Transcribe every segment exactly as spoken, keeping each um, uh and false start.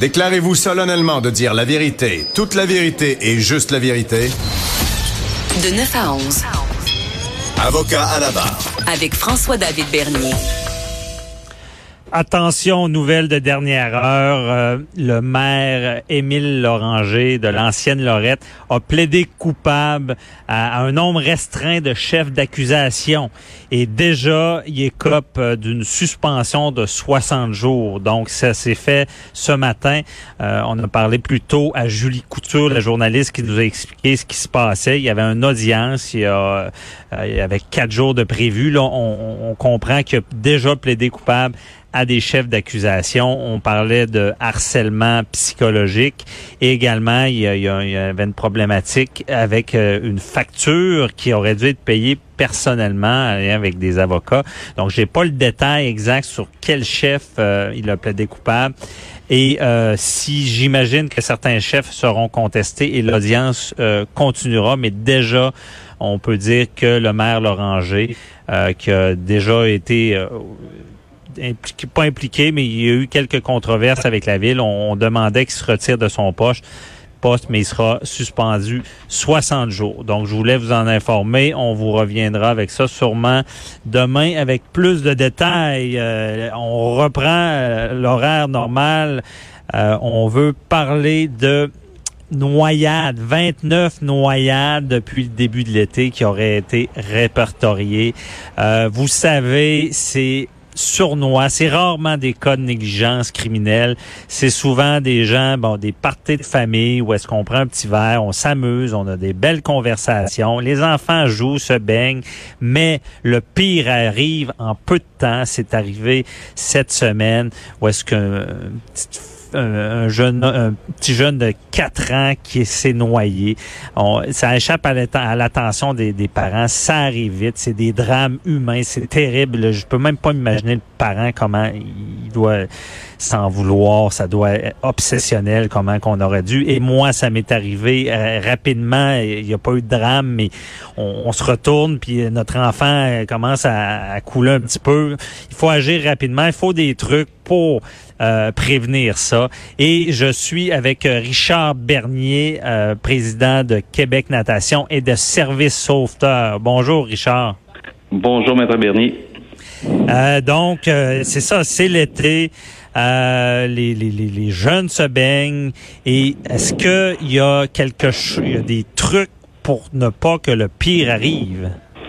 Déclarez-vous solennellement de dire la vérité, toute la vérité et juste la vérité? De neuf à onze. Avocat à la barre. Avec François-David Bernier. Attention, nouvelle de dernière heure. Euh, le maire Émile Loranger de l'ancienne Lorette a plaidé coupable à, à un nombre restreint de chefs d'accusation. Et déjà, il écope d'une suspension de soixante jours. Donc, ça s'est fait ce matin. Euh, on a parlé plus tôt à Julie Couture, la journaliste, qui nous a expliqué ce qui se passait. Il y avait une audience, il y, a, euh, il y avait quatre jours de prévu. Là, on, on comprend qu'il a déjà plaidé coupable à des chefs d'accusation. On parlait de harcèlement psychologique. Et également, il y, a, il y avait une problématique avec euh, une facture qui aurait dû être payée personnellement avec des avocats. Donc, j'ai pas le détail exact sur quel chef euh, il a plaidé coupable. Et euh, si j'imagine que certains chefs seront contestés et l'audience euh, continuera, mais déjà, on peut dire que le maire Loranger, euh, qui a déjà été... Euh, Impliqué, pas impliqué, mais il y a eu quelques controverses avec la ville. On, on demandait qu'il se retire de son poste, poste, mais il sera suspendu soixante jours. Donc, je voulais vous en informer. On vous reviendra avec ça sûrement demain avec plus de détails. Euh, on reprend euh, l'horaire normal. Euh, on veut parler de noyades, vingt-neuf noyades depuis le début de l'été qui auraient été répertoriées. Euh, vous savez, c'est sournois. C'est rarement des cas de négligence criminelle. C'est souvent des gens, bon, des parties de famille où est-ce qu'on prend un petit verre, on s'amuse, on a des belles conversations. Les enfants jouent, se baignent, mais le pire arrive en peu de temps. C'est arrivé cette semaine où est-ce qu'un petit Un, un jeune, un petit jeune de quatre ans qui s'est noyé. On, ça échappe à, à l'attention des, des parents. Ça arrive vite. C'est des drames humains. C'est terrible. Je peux même pas m'imaginer le parent comment il doit s'en vouloir. Ça doit être obsessionnel comment qu'on aurait dû. Et moi, ça m'est arrivé euh, rapidement. Il n'y a pas eu de drame, mais on, on se retourne puis notre enfant commence à, à couler un petit peu. Il faut agir rapidement. Il faut des trucs pour euh, prévenir ça. Et je suis avec Richard Bernier, euh, président de Québec Natation et de Service Sauveteur. Bonjour, Richard. Bonjour, Maître Bernier. Euh, donc, euh, c'est ça, c'est l'été. Euh, les, les, les, les jeunes se baignent. Et est-ce qu'il y a quelque chose, il y a des trucs pour ne pas que le pire arrive?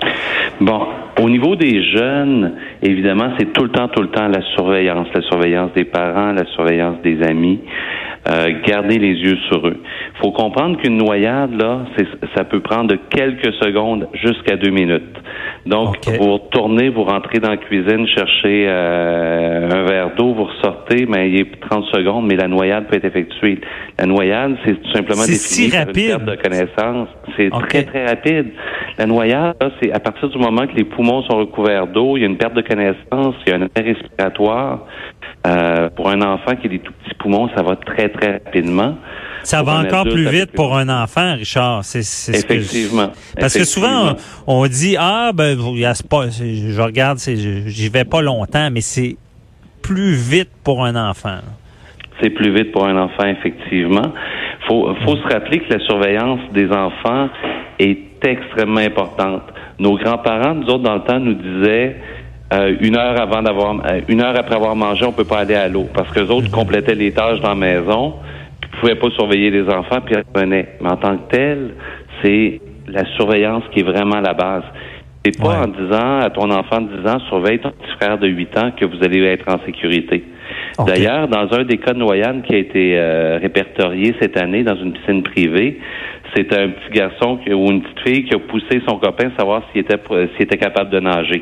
Bon. Au niveau des jeunes, évidemment, c'est tout le temps, tout le temps la surveillance, la surveillance des parents, la surveillance des amis. Euh, garder les yeux sur eux. Il faut comprendre qu'une noyade, là, c'est, ça peut prendre de quelques secondes jusqu'à deux minutes. Donc, okay. Vous retournez, vous rentrez dans la cuisine, cherchez euh, un verre d'eau, vous ressortez, mais il y a trente secondes, mais la noyade peut être effectuée. La noyade, c'est tout simplement défini si par une perte de connaissance. C'est okay. très, très rapide. La noyade, là, c'est à partir du moment que les poumons sont recouverts d'eau, il y a une perte de connaissance, il y a un arrêt respiratoire. Euh, pour un enfant qui a des tout petits poumons, ça va très, très rapidement. Ça va encore plus vite pour un enfant, Richard. C'est, c'est Effectivement. Ce que, parce Effectivement. que souvent, on, on dit, ah, ben, c'est pas, je regarde, c'est, j'y vais pas longtemps, mais c'est plus vite pour un enfant. C'est plus vite pour un enfant, effectivement. Faut, faut se rappeler que la surveillance des enfants est extrêmement importante. Nos grands-parents, nous autres, dans le temps, nous disaient, Euh, une heure avant d'avoir, euh, une heure après avoir mangé, on peut pas aller à l'eau parce que les autres complétaient les tâches dans la maison, puis pouvaient pas surveiller les enfants, puis ils revenaient. Mais en tant que tel, c'est la surveillance qui est vraiment la base. C'est pas ouais. en disant à ton enfant de dix ans, surveille ton petit frère de huit ans que vous allez être en sécurité. Okay. D'ailleurs, dans un des cas de noyade qui a été euh, répertorié cette année dans une piscine privée, c'est un petit garçon qui, ou une petite fille qui a poussé son copain savoir s'il était s'il était capable de nager.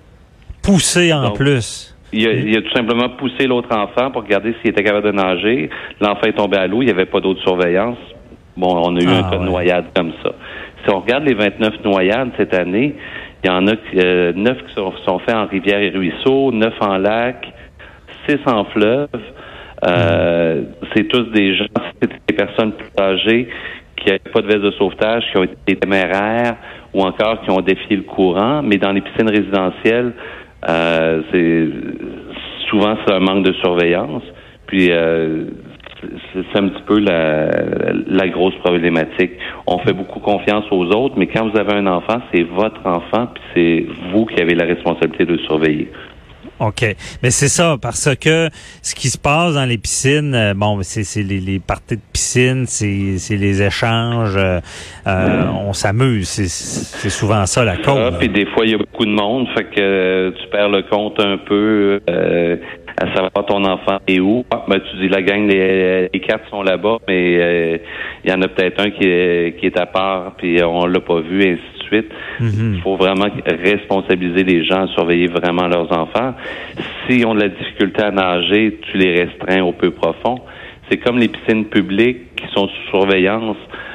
Poussé en Donc, plus. Il a, il a tout simplement poussé l'autre enfant pour regarder s'il était capable de nager. L'enfant est tombé à l'eau, il n'y avait pas d'autre surveillance. Bon, on a eu ah, un cas ouais. de noyade comme ça. Si on regarde les vingt-neuf noyades cette année, il y en a euh, neuf qui sont, sont faits en rivières et ruisseaux, neuf en lac, six en fleuve. Euh, mm. C'est tous des gens, c'est des personnes plus âgées qui n'avaient pas de veste de sauvetage, qui ont été téméraires ou encore qui ont défié le courant. Mais dans les piscines résidentielles, Euh, c'est souvent c'est un manque de surveillance. Puis euh, c'est, c'est un petit peu la, la grosse problématique. On fait beaucoup confiance aux autres, mais quand vous avez un enfant, c'est votre enfant, puis c'est vous qui avez la responsabilité de le surveiller. OK. Mais c'est ça, parce que ce qui se passe dans les piscines, euh, bon, c'est, c'est les, les parties de piscine, c'est, c'est les échanges, euh, euh, on s'amuse. C'est, c'est souvent ça la cause. Ah, puis des fois, il y a beaucoup de monde, fait que euh, tu perds le compte un peu euh, à savoir ton enfant est où. Ah, ben, tu dis, la gang, les, les cartes sont là-bas, mais euh, il y en a peut-être un qui est, qui est à part, puis on l'a pas vu, et ainsi de suite. Mm-hmm. Il faut vraiment responsabiliser les gens, surveiller vraiment leurs enfants. S'ils ont de la difficulté à nager, tu les restreins au peu profond. C'est comme les piscines publiques qui sont sous surveillance.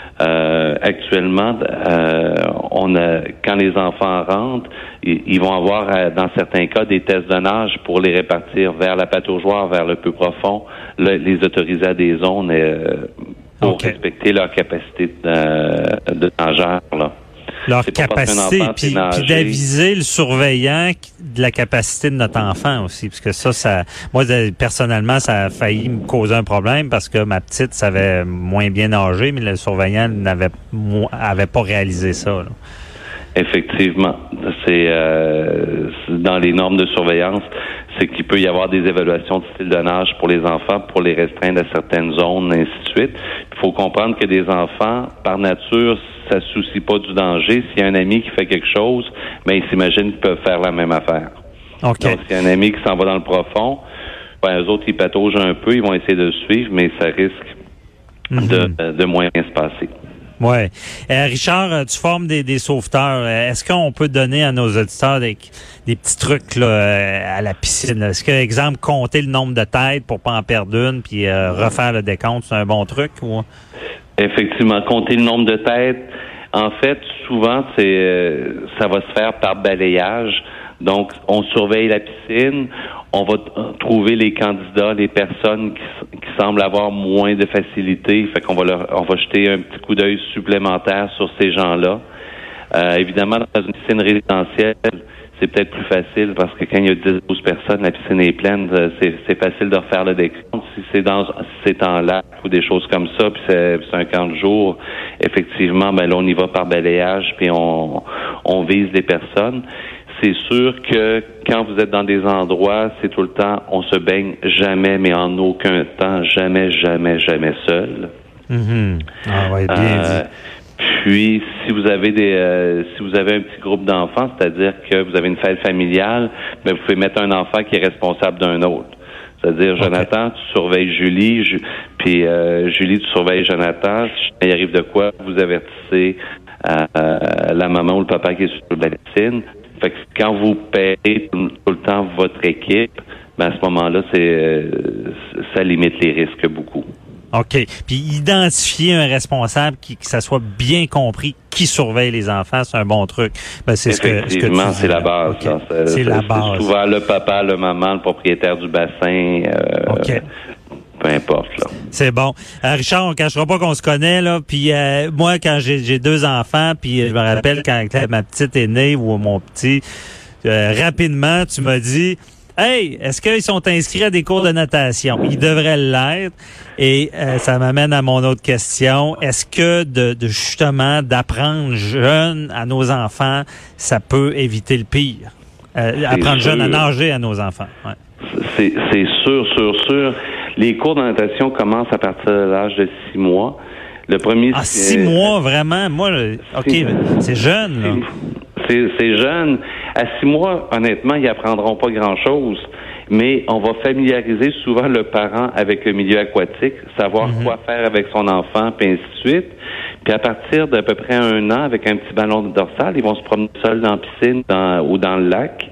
Euh, actuellement, euh, on a, quand les enfants rentrent, ils, ils vont avoir, euh, dans certains cas, des tests de nage pour les répartir vers la pataugeoire, vers le peu profond, le, les autoriser à des zones euh, pour okay. respecter leur capacité de, de nageur, là. Leur capacité, puis, puis d'aviser le surveillant de la capacité de notre enfant aussi, parce que ça, ça, moi personnellement, ça a failli me causer un problème parce que ma petite savait moins bien nager, mais le surveillant n'avait avait pas réalisé ça, là. Effectivement, c'est euh, dans les normes de surveillance, c'est qu'il peut y avoir des évaluations de style de nage pour les enfants, pour les restreindre à certaines zones, ainsi de suite. Il faut comprendre que des enfants, par nature, ça se soucie pas du danger. S'il y a un ami qui fait quelque chose, ben ils s'imaginent qu'ils peuvent faire la même affaire. Okay. Donc, s'il y a un ami qui s'en va dans le profond, ben eux autres, ils pataugent un peu, ils vont essayer de le suivre, mais ça risque mm-hmm. de, de moins bien se passer. Ouais. Euh, Richard, tu formes des, des sauveteurs. Est-ce qu'on peut donner à nos auditeurs des, des petits trucs là, à la piscine? Est-ce que, exemple, compter le nombre de têtes pour pas en perdre une, puis euh, refaire le décompte, c'est un bon truc? Ou? Effectivement, compter le nombre de têtes. En fait, souvent, c'est euh, ça va se faire par balayage. Donc, on surveille la piscine. On va t- trouver les candidats, les personnes qui, qui semblent avoir moins de facilité. Fait qu'on va leur, on va jeter un petit coup d'œil supplémentaire sur ces gens-là. Euh, évidemment, dans une piscine résidentielle, c'est peut-être plus facile parce que quand il y a dix douze personnes, la piscine est pleine, c'est, c'est facile de refaire le décompte. Si c'est dans, si c'est en lac ou des choses comme ça, puis c'est, c'est un camp de jour, effectivement, ben là, on y va par balayage, puis on, on vise les personnes. C'est sûr que quand vous êtes dans des endroits, c'est tout le temps, on se baigne jamais, mais en aucun temps, jamais, jamais, jamais seul. Mm-hmm. Ah ouais, bien euh, dit. Puis, si vous avez des, euh, si vous avez un petit groupe d'enfants, c'est-à-dire que vous avez une fête familiale, ben vous pouvez mettre un enfant qui est responsable d'un autre. C'est-à-dire, okay. Jonathan, tu surveilles Julie, Ju- puis euh, Julie, tu surveilles Jonathan. Si il arrive de quoi, vous avertissez euh, la maman ou le papa qui est sur la piscine. Fait que quand vous payez tout, tout le temps votre équipe, ben à ce moment-là, c'est euh, ça limite les risques beaucoup. OK. Puis identifier un responsable qui que ça soit bien compris qui surveille les enfants, c'est un bon truc. Ben c'est ce que, ce que tu dis, c'est la base. Okay. C'est, c'est la base. C'est souvent le papa, le maman, le propriétaire du bassin. Euh, OK. Peu importe, là. C'est bon. Euh, Richard, on ne cachera pas qu'on se connaît, là. Puis euh, moi, quand j'ai, j'ai deux enfants, puis je me rappelle quand ma petite est née ou mon petit, euh, rapidement, tu m'as dit, hey, est-ce qu'ils sont inscrits à des cours de natation? Ils devraient l'être. Et euh, ça m'amène à mon autre question. Est-ce que de, de justement d'apprendre jeune à nos enfants, ça peut éviter le pire? Euh, apprendre jeune à nager à nos enfants. Ouais. C'est, c'est sûr, sûr, sûr. Les cours de natation commencent à partir de l'âge de six mois. Le premier, ah, six euh, mois, vraiment? Moi, OK, c'est, c'est jeune, là. C'est, c'est jeune. À six mois, honnêtement, ils apprendront pas grand-chose. Mais on va familiariser souvent le parent avec le milieu aquatique, savoir mm-hmm. quoi faire avec son enfant, puis ainsi de suite. Puis à partir d'à peu près un an, avec un petit ballon de dorsale, ils vont se promener seuls dans la piscine dans, ou dans le lac.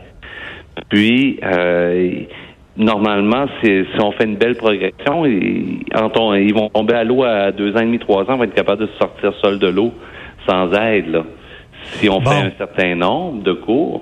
Puis... Euh, normalement, si, si on fait une belle progression, ils, en, ils vont tomber à l'eau à deux ans et demi, trois ans, vont être capables de se sortir seuls de l'eau sans aide, là. Si on bon. fait un certain nombre de cours,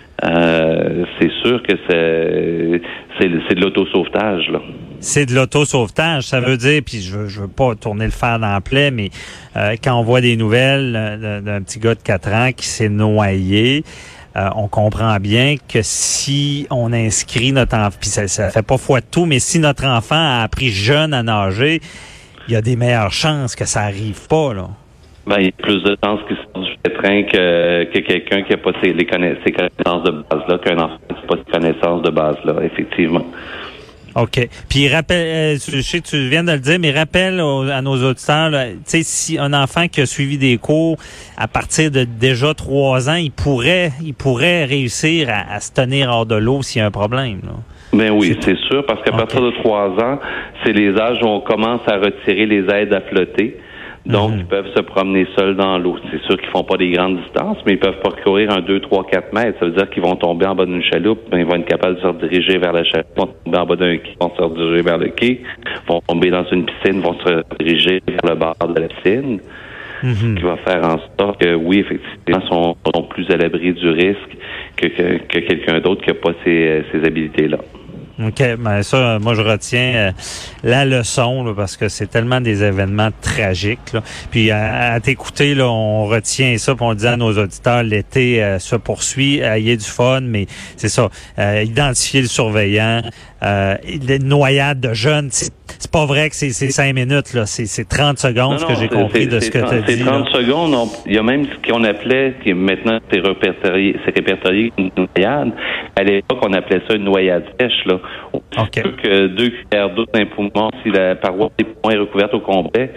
euh, c'est sûr que c'est, c'est, c'est de l'autosauvetage, là. C'est de l'autosauvetage, ça veut dire, puis je veux, je veux pas tourner le fer dans la plaie, mais euh, quand on voit des nouvelles d'un, d'un petit gars de quatre ans qui s'est noyé, euh, on comprend bien que si on inscrit notre enfant, puis ça, ça fait pas foi de tout, mais si notre enfant a appris jeune à nager, il y a des meilleures chances que ça arrive pas, là. Ben, il y a plus de chances qu'il sorte du pétrin que, que quelqu'un qui n'a pas ces, les connaissances, ces connaissances de base-là, qu'un enfant qui n'a pas ces connaissances de base-là, effectivement. OK. Puis rappelle, euh, je sais que tu viens de le dire, mais rappelle aux, à nos auditeurs, tu sais, si un enfant qui a suivi des cours à partir de déjà trois ans, il pourrait, il pourrait réussir à, à se tenir hors de l'eau s'il y a un problème, là. Ben oui, c'est sûr, parce qu'à okay. partir de trois ans, c'est les âges où on commence à retirer les aides à flotter. Donc, mm-hmm. ils peuvent se promener seuls dans l'eau. C'est sûr qu'ils font pas des grandes distances, mais ils peuvent parcourir un deux, trois, quatre mètres. Ça veut dire qu'ils vont tomber en bas d'une chaloupe, ben, ils vont être capables de se rediriger vers la chaloupe, ils vont tomber en bas d'un quai, ils vont se rediriger vers le quai, ils vont tomber dans une piscine, ils vont se rediriger vers le bord de la piscine. Mm-hmm. Ce qui va faire en sorte que, oui, effectivement, ils sont, sont plus à l'abri du risque que, que, que quelqu'un d'autre qui n'a pas ces, ces habilités-là. OK, ben ça, moi je retiens euh, la leçon là, parce que c'est tellement des événements tragiques. Là. Puis à, à t'écouter, là, on retient ça, puis on dit à nos auditeurs, l'été euh, se poursuit, euh, il y a du fun, mais c'est ça, euh, identifier le surveillant, euh, les noyades de jeunes, c'est, c'est pas vrai que c'est, c'est cinq minutes, là, c'est, c'est trente secondes, non, ce que non, j'ai compris de ce que tu as dit. C'est trente là. Secondes, on, il y a même ce qu'on appelait, qui maintenant c'est répertorié, c'est répertorié une noyade. À l'époque, on appelait ça une noyade sèche, là. Okay. Que deux cuillères d'eau dans les poumons, si la paroi des poumons est recouverte au complet,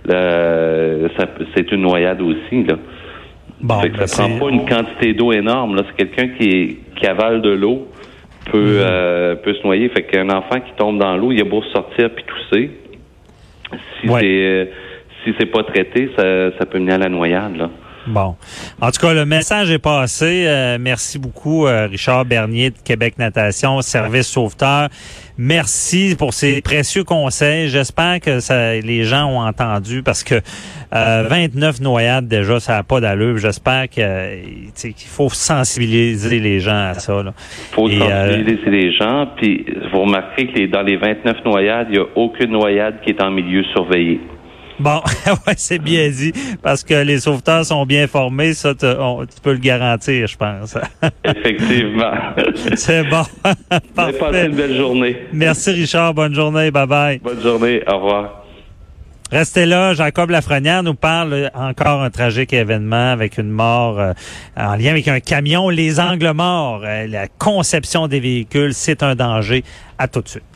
là, ça, c'est une noyade aussi, là. Bon, fait que ben ça c'est... prend pas une quantité d'eau énorme, là. C'est quelqu'un qui, qui avale de l'eau peut, mm-hmm. euh, peut se noyer. Fait qu'un enfant qui tombe dans l'eau, il a beau sortir puis tousser. Si ouais. c'est, euh, si c'est pas traité, ça, ça peut mener à la noyade, là. Bon. En tout cas, le message est passé. Euh, merci beaucoup, euh, Richard Bernier de Québec Natation, Service Sauveteur. Merci pour ces précieux conseils. J'espère que ça, les gens ont entendu parce que euh, vingt-neuf noyades déjà, ça n'a pas d'allure. J'espère que, qu'il faut sensibiliser les gens à ça. Il faut Et, sensibiliser euh, les gens. Puis, vous remarquerez que les, dans les vingt-neuf noyades, il n'y a aucune noyade qui est en milieu surveillé. Bon, ouais, c'est bien dit, parce que les sauveteurs sont bien formés, ça, te, on, tu peux le garantir, je pense. Effectivement. C'est bon. Parfait. Passez une belle journée. Merci, Richard. Bonne journée. Bye-bye. Bonne journée. Au revoir. Restez là. Jacob Lafrenière nous parle encore un tragique événement avec une mort euh, en lien avec un camion. Les angles morts, euh, la conception des véhicules, c'est un danger. À tout de suite.